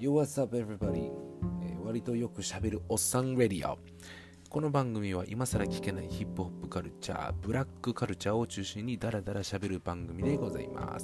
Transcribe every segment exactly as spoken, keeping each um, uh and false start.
Yo, what's up, everybody? えー割とよく喋るおっさんレディオ。この番組は今更聞けないヒップホップカルチャー、ブラックカルチャーを中心にダラダラ喋る番組でございます。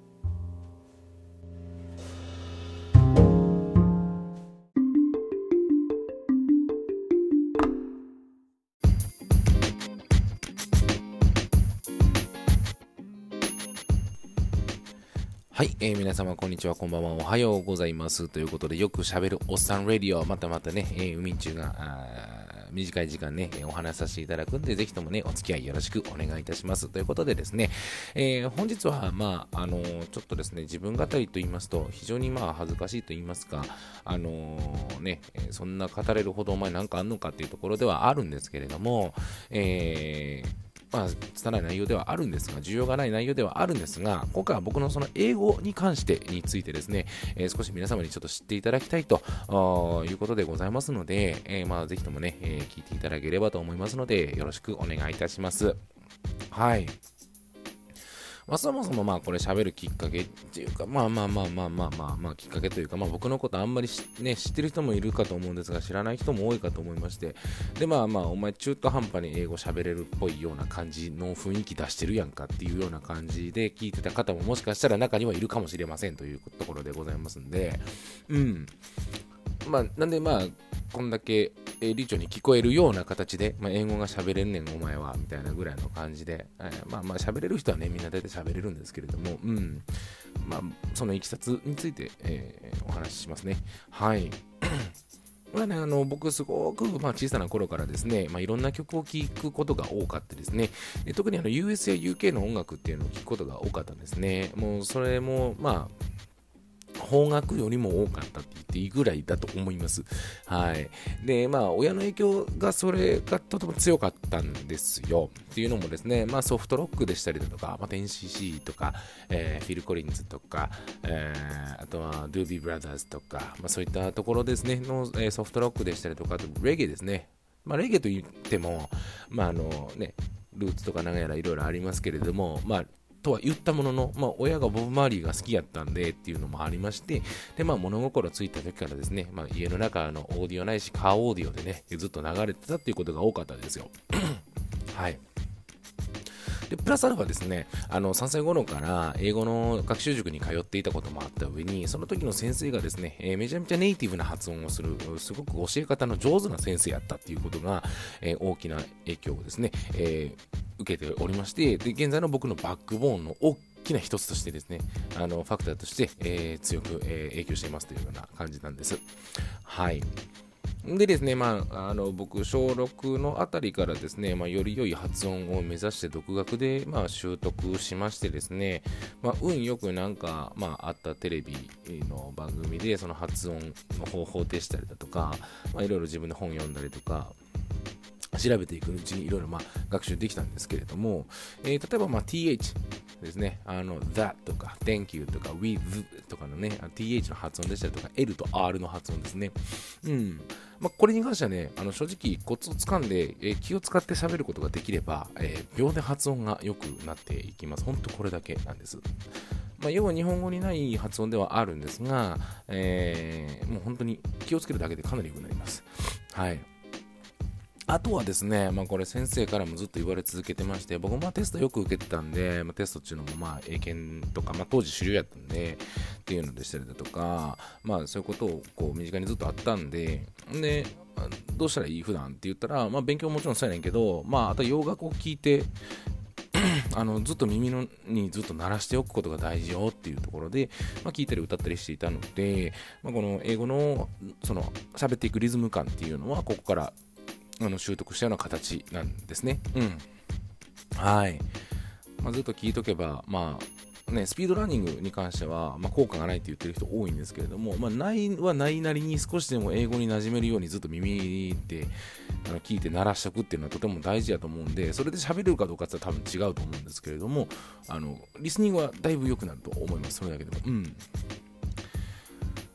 はい、えー皆様こんにちは、こんばんは、おはようございますということで、よく喋るおっさんレディオ、またまたね、えー、海中があー短い時間ね、えーお話しさせていただくんで、ぜひともね、お付き合いよろしくお願いいたしますということでですね、えー本日はまああのーちょっとですね、自分語りと言いますと非常にまあ恥ずかしいと言いますか、あのーね、えーそんな語れるほどお前なんかあんのかっていうところではあるんですけれども、えーまあ、拙い内容ではあるんですが、需要がない内容ではあるんですが、今回は僕のその英語に関してについてですね、えー少し皆様にちょっと知っていただきたいとあーいうことでございますので、えーまあ、ぜひともね、えー聞いていただければと思いますので、よろしくお願いいたします。はい。まあ、そもそもまあこれ喋るきっかけっていうか、まあまあまあまあまあまあまあきっかけというか、まあ僕のことあんまりしね、知ってる人もいるかと思うんですが、知らない人も多いかと思いまして、でまあまあお前中途半端に英語喋れるっぽいような感じの雰囲気出してるやんかっていうような感じで聞いてた方ももしかしたら中にはいるかもしれませんというところでございますんで、うん。まあ、なんでまあ、こんだけ、えー流暢に聞こえるような形で、まあ、英語が喋れんねんお前は、みたいなぐらいの感じで、えーまあまあ喋れる人はね、みんな大体喋れるんですけれども、うん。まあ、そのいきさつについて、えーお話ししますね。はい。まあね、あの僕すごく、まあ、小さな頃からですね、まあ、いろんな曲を聴くことが多かったですね。で特にあの ユーエス や ユーケー の音楽っていうのを聴くことが多かったんですね。もうそれも、まあ、邦楽よりも多かったって言っていいぐらいだと思います。はい。で、まあ、親の影響がそれがとても強かったんですよ。っていうのもですね、まあ、ソフトロックでしたりだとか、まあ、エヌシーシー とか、えーフィル・コリンズとか、えーあとは、ドゥービー・ブラザーズとか、まあ、そういったところですね、の、えーソフトロックでしたりとか、あと、レゲエですね。まあ、レゲエと言っても、まあ、あのね、ルーツとかなんやらいろいろありますけれども、まあ、とは言ったものの、まあ、親がボブ・マーリーが好きやったんでっていうのもありまして、で、まあ、物心ついた時からですね、まあ、家の中のオーディオないし、カーオーディオでね、ずっと流れてたっていうことが多かったですよ。はい。で、プラスアルファですね、あの、さんさい頃から英語の学習塾に通っていたこともあった上に、その時の先生がですね、えーめちゃめちゃネイティブな発音をする、すごく教え方の上手な先生やったっていうことが、えー大きな影響をですね、えー受けておりまして、で、現在の僕のバックボーンの大きな一つとしてですね、あの、ファクターとして、えー強く、えー影響していますというような感じなんです。はい。でですね、まあ、あの僕、小ろくのあたりからですね、まあ、より良い発音を目指して独学で、まあ、習得しましてですね、まあ、運よくなんか、まあ、あったテレビの番組で、その発音の方法でしたりだとか、まあ、いろいろ自分で本読んだりとか、調べていくうちにいろいろまあ学習できたんですけれども、えー例えばまあ ティーエイチ ですね、あの that とか thank you とか with とかのね、ティーエイチ の発音でしたりとか L と R の発音ですね。うん。まあ、これに関してはね、あの正直コツをつかんで、えー気を使って喋ることができれば、えー秒で発音が良くなっていきます。本当これだけなんです。まあ、要は日本語にない発音ではあるんですが、えーもう本当に気をつけるだけでかなり良くなります。はい。あとはですね、まあ、これ先生からもずっと言われ続けてまして、僕もまあテストよく受けてたんで、まあ、テストっていうのもまあ英検とか、まあ、当時主流やったんで、っていうのでしたりだとか、まあそういうことをこう身近にずっとあったんで、で、あどうしたらいい普段って言ったら、まあ勉強もちろんそうやねんけど、まああと洋楽を聴いて、あのずっと耳のにずっと鳴らしておくことが大事よっていうところで、まあ、聞いたり歌ったりしていたので、まあ、この英語のその喋っていくリズム感っていうのはここからあの習得したような形なんですね。うん。はい。まあ、ずっと聞いとけば、まあ、ね、スピードランニングに関しては、まあ、効果がないって言ってる人多いんですけれども、まあ、ないはないなりに少しでも英語に馴染めるようにずっと耳であの聞いて鳴らしておくっていうのはとても大事だと思うんで、それで喋れるかどうかって多分違うと思うんですけれども、あのリスニングはだいぶ良くなると思います。それだけでも。うん。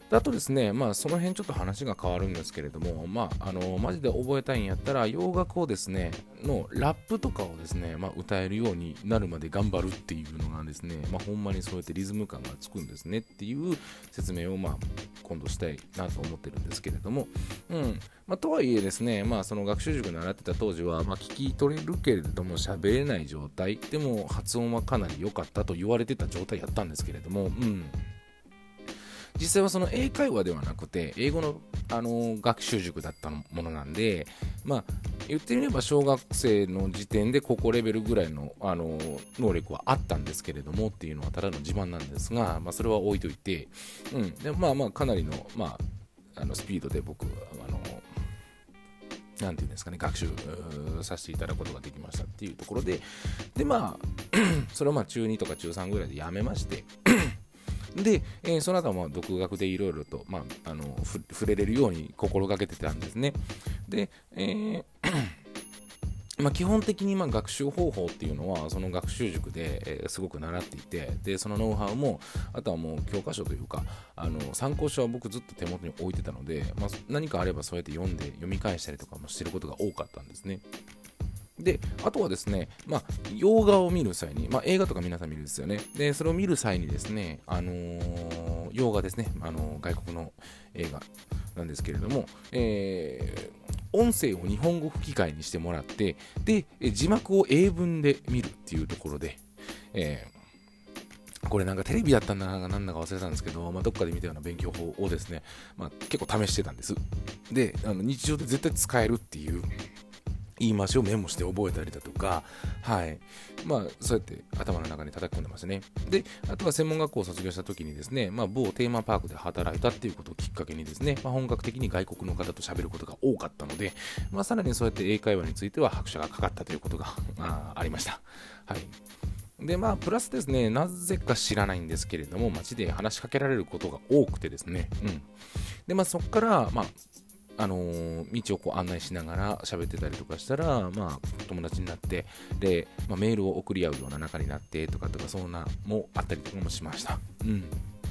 であとですね、まあ、その辺ちょっと話が変わるんですけれども、まあ、あのマジで覚えたいんやったら、洋楽をですね、のラップとかをですね、まあ、歌えるようになるまで頑張るっていうのがですね、まあ、ほんまにそうやってリズム感がつくんですねっていう説明を、まあ、今度したいなと思ってるんですけれども、うんまあ、とはいえですね、まあ、その学習塾習ってた当時は、まあ、聞き取れるけれども喋れない状態でも発音はかなり良かったと言われてた状態やったんですけれども、うん実際はその英会話ではなくて英語の、あのー学習塾だったものなんで、まあ、言ってみれば小学生の時点でここレベルぐらいの、あのー能力はあったんですけれどもっていうのはただの自慢なんですが、まあ、それは置いといて、うん、でまあまあかなりの、まあ、あのスピードで僕あのなんていうんですかね、学習させていただくことができましたっていうところで、でまあそれをまあ中にとか中さんぐらいでやめましてで、えーその後はまあ独学でいろいろと、まあ、あのふ触れれるように心がけてたんですね。で、えーまあ、基本的にまあ学習方法っていうのはその学習塾で、えーすごく習っていて、でそのノウハウもあとはもう教科書というかあの参考書は僕ずっと手元に置いてたので、まあ、何かあればそうやって読んで読み返したりとかもしてることが多かったんですね。で、あとはですね、まあ、洋画を見る際に、まあ、映画とか皆さん見るんですよね。で、それを見る際にですね、あのー洋画ですね、あのー外国の映画なんですけれども、えー音声を日本語吹き替えにしてもらって、で、字幕を英文で見るっていうところで、えーこれなんかテレビだったんだかなんだか忘れたんですけど、まあ、どっかで見たような勉強法をですね、まあ、結構試してたんです。で、あの日常で絶対使えるっていう言い回しをメモして覚えたりだとか、はい。まあ、そうやって頭の中に叩き込んでますね。で、あとは専門学校を卒業した時にですね、まあ、某テーマパークで働いたっていうことをきっかけにですね、まあ、本格的に外国の方と喋ることが多かったので、まあ、さらにそうやって英会話については拍車がかかったということが、まあ、ありました。はい。で、まあ、プラスですね、なぜか知らないんですけれども、街で話しかけられることが多くてですね、うん。で、まあ、そこから、まあ、あのー道をこう案内しながら喋ってたりとかしたら、まあ、友達になって、で、まあ、メールを送り合うような仲になってとかとか、そんなもあったりとかもしました。うん。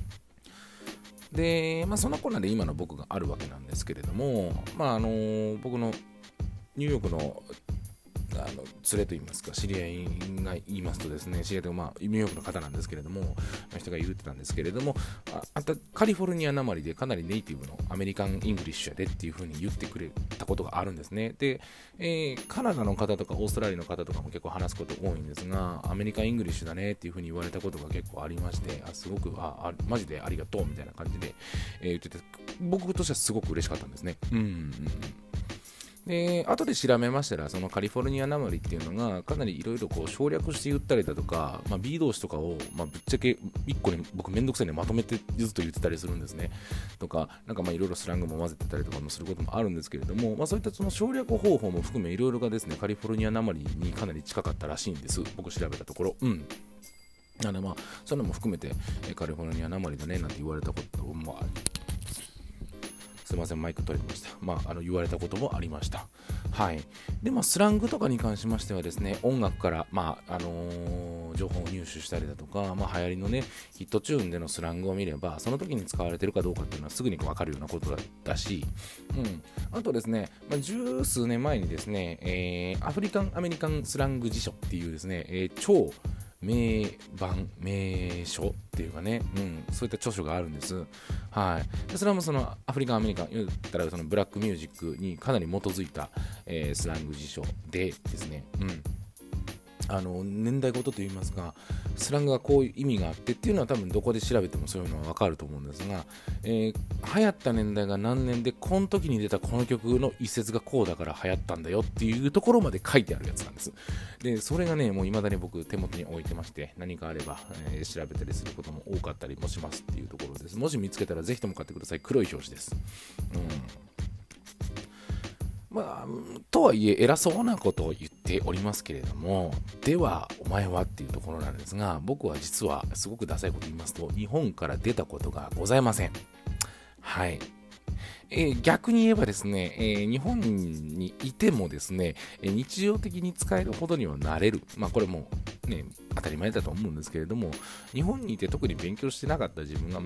で、まあ、その子なんで今の僕があるわけなんですけれども、まあ、あのー僕のニューヨークのあの連れと言いますか、知り合いが言いますとですね、知り合いというか、まあ、ニューヨークの方なんですけれども、人が言ってたんですけれども、ああんたカリフォルニアなまりでかなりネイティブのアメリカン・イングリッシュやでっていう風に言ってくれたことがあるんですね。で、えーカナダの方とかオーストラリアの方とかも結構話すこと多いんですが、アメリカン・イングリッシュだねっていう風に言われたことが結構ありまして、あすごくああ、マジでありがとうみたいな感じで、えー言ってて、僕としてはすごく嬉しかったんですね。うんうんうんで、後で調べましたら、そのカリフォルニアなまりっていうのが、かなりいろいろこう省略して言ったりだとか、まあ、B 動詞とかを、まあ、ぶっちゃけいっこに僕めんどくさいんでまとめてずっと言ってたりするんですね。とか、なんかまあいろいろスラングも混ぜてたりとかもすることもあるんですけれども、まあ、そういったその省略方法も含めいろいろがですね、カリフォルニアなまりにかなり近かったらしいんです。僕調べたところ。うん。なのでまあ、そういうのも含めて、カリフォルニアなまりだねなんて言われたこともあり、すいません、マイク取れました。まあ、あの言われたこともありました。はい。で、まあ、スラングとかに関しましてはですね、音楽から、まあ、あのー情報を入手したりだとか、まあ、流行りのね、ヒットチューンでのスラングを見れば、その時に使われてるかどうかっていうのはすぐに分かるようなことだったし、うん。あとですね、まあ、十数年前にですね、えーアフリカン・アメリカンスラング辞書っていうですね、えー超名盤、名書っていうかね、うん、そういった著書があるんです。はい。でそれはもうそのアフリカン、アメリカン、言ったらそのブラックミュージックにかなり基づいた、えースラング辞書でですね、うん。あの年代ごとといいますか、スラングがこういう意味があってっていうのは多分どこで調べてもそういうのは分かると思うんですが、えー流行った年代が何年でこの時に出たこの曲の一節がこうだから流行ったんだよっていうところまで書いてあるやつなんです。でそれがねもう未だに僕手元に置いてまして、何かあれば、えー調べたりすることも多かったりもしますっていうところです。もし見つけたらぜひとも買ってください。黒い表紙です。うんまあ、とはいえ偉そうなことを言っておりますけれども、ではお前はっていうところなんですが、僕は実はすごくダサいこと言いますと、日本から出たことがございません。はい。えー逆に言えばですね、えー日本にいてもですね、えー日常的に使えるほどにはなれる。まあこれもね、当たり前だと思うんですけれども、日本にいて特に勉強してなかった自分が、まあ、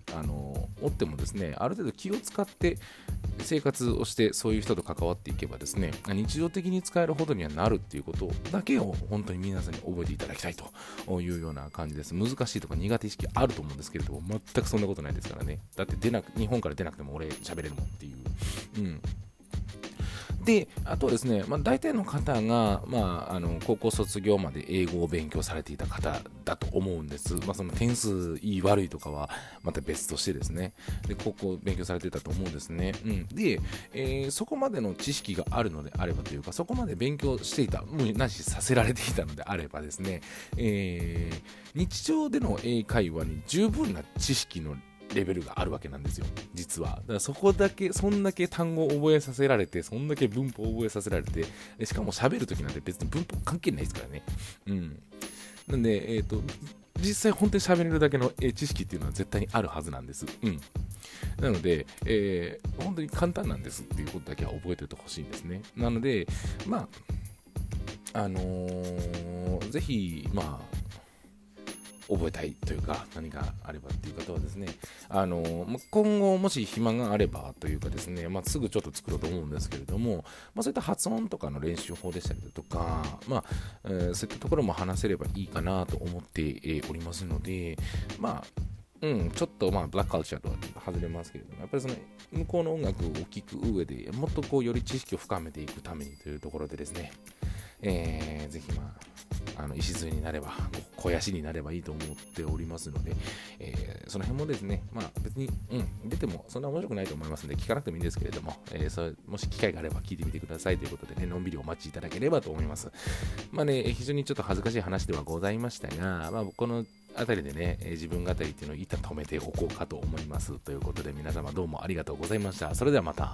あのおってもですね、ある程度気を使って生活をしてそういう人と関わっていけばですね、日常的に使えるほどにはなるっていうことだけを本当に皆さんに覚えていただきたいというような感じです。難しいとか苦手意識あると思うんですけれども、全くそんなことないですからね。だって出なく日本から出なくても俺喋れるもんっていう。うんで、あとはですね、まあ、大体の方が、まあ、あの高校卒業まで英語を勉強されていた方だと思うんです。まあ、その点数いい悪いとかはまた別としてですね、で高校勉強されていたと思うんですね。うん、で、えー、そこまでの知識があるのであればというか、そこまで勉強していた、もうなしさせられていたのであればですね、えー、日常での英会話に十分な知識のレベルがあるわけなんですよ、実は。だからそこだけ、そんだけ単語を覚えさせられて、そんだけ文法を覚えさせられて、しかも喋るときなんて別に文法関係ないですからね。うん。なんで、えっと、実際本当に喋れるだけの知識っていうのは絶対にあるはずなんです。うん。なので、えー、本当に簡単なんですっていうことだけは覚えておいてほしいんですね。なので、まあ、あのー、ぜひ、まあ、覚えたいというか何かあればっていう方はですね、あの今後もし暇があればというかですね、まあ、すぐちょっと作ろうと思うんですけれども、まあ、そういった発音とかの練習法でしたりだとか、まあえー、そういったところも話せればいいかなと思っておりますので、まあうん、ちょっとまあブラックカルチャーとは外れますけれども、やっぱりその向こうの音楽を聴く上でもっとこうより知識を深めていくためにというところでですね、えー、ぜひまああの礎になれば肥やしになればいいと思っておりますので、えー、その辺もですね、まあ別に、うん、出てもそんな面白くないと思いますので聞かなくてもいいんですけれども、えー、それもし機会があれば聞いてみてくださいということでね、のんびりお待ちいただければと思います。まあね、非常にちょっと恥ずかしい話ではございましたが、まあこのあたりでね、自分語りっていうのを一旦止めておこうかと思いますということで、皆様どうもありがとうございました。それではまた。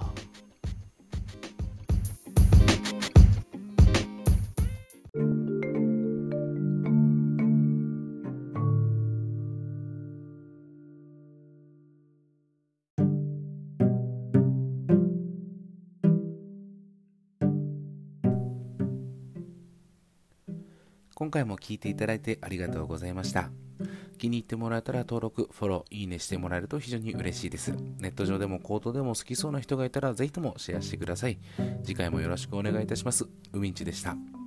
今回も聞いていただいてありがとうございました。気に入ってもらえたら登録、フォロー、いいねしてもらえると非常に嬉しいです。ネット上でも口頭でも好きそうな人がいたらぜひともシェアしてください。次回もよろしくお願いいたします。うみんちでした。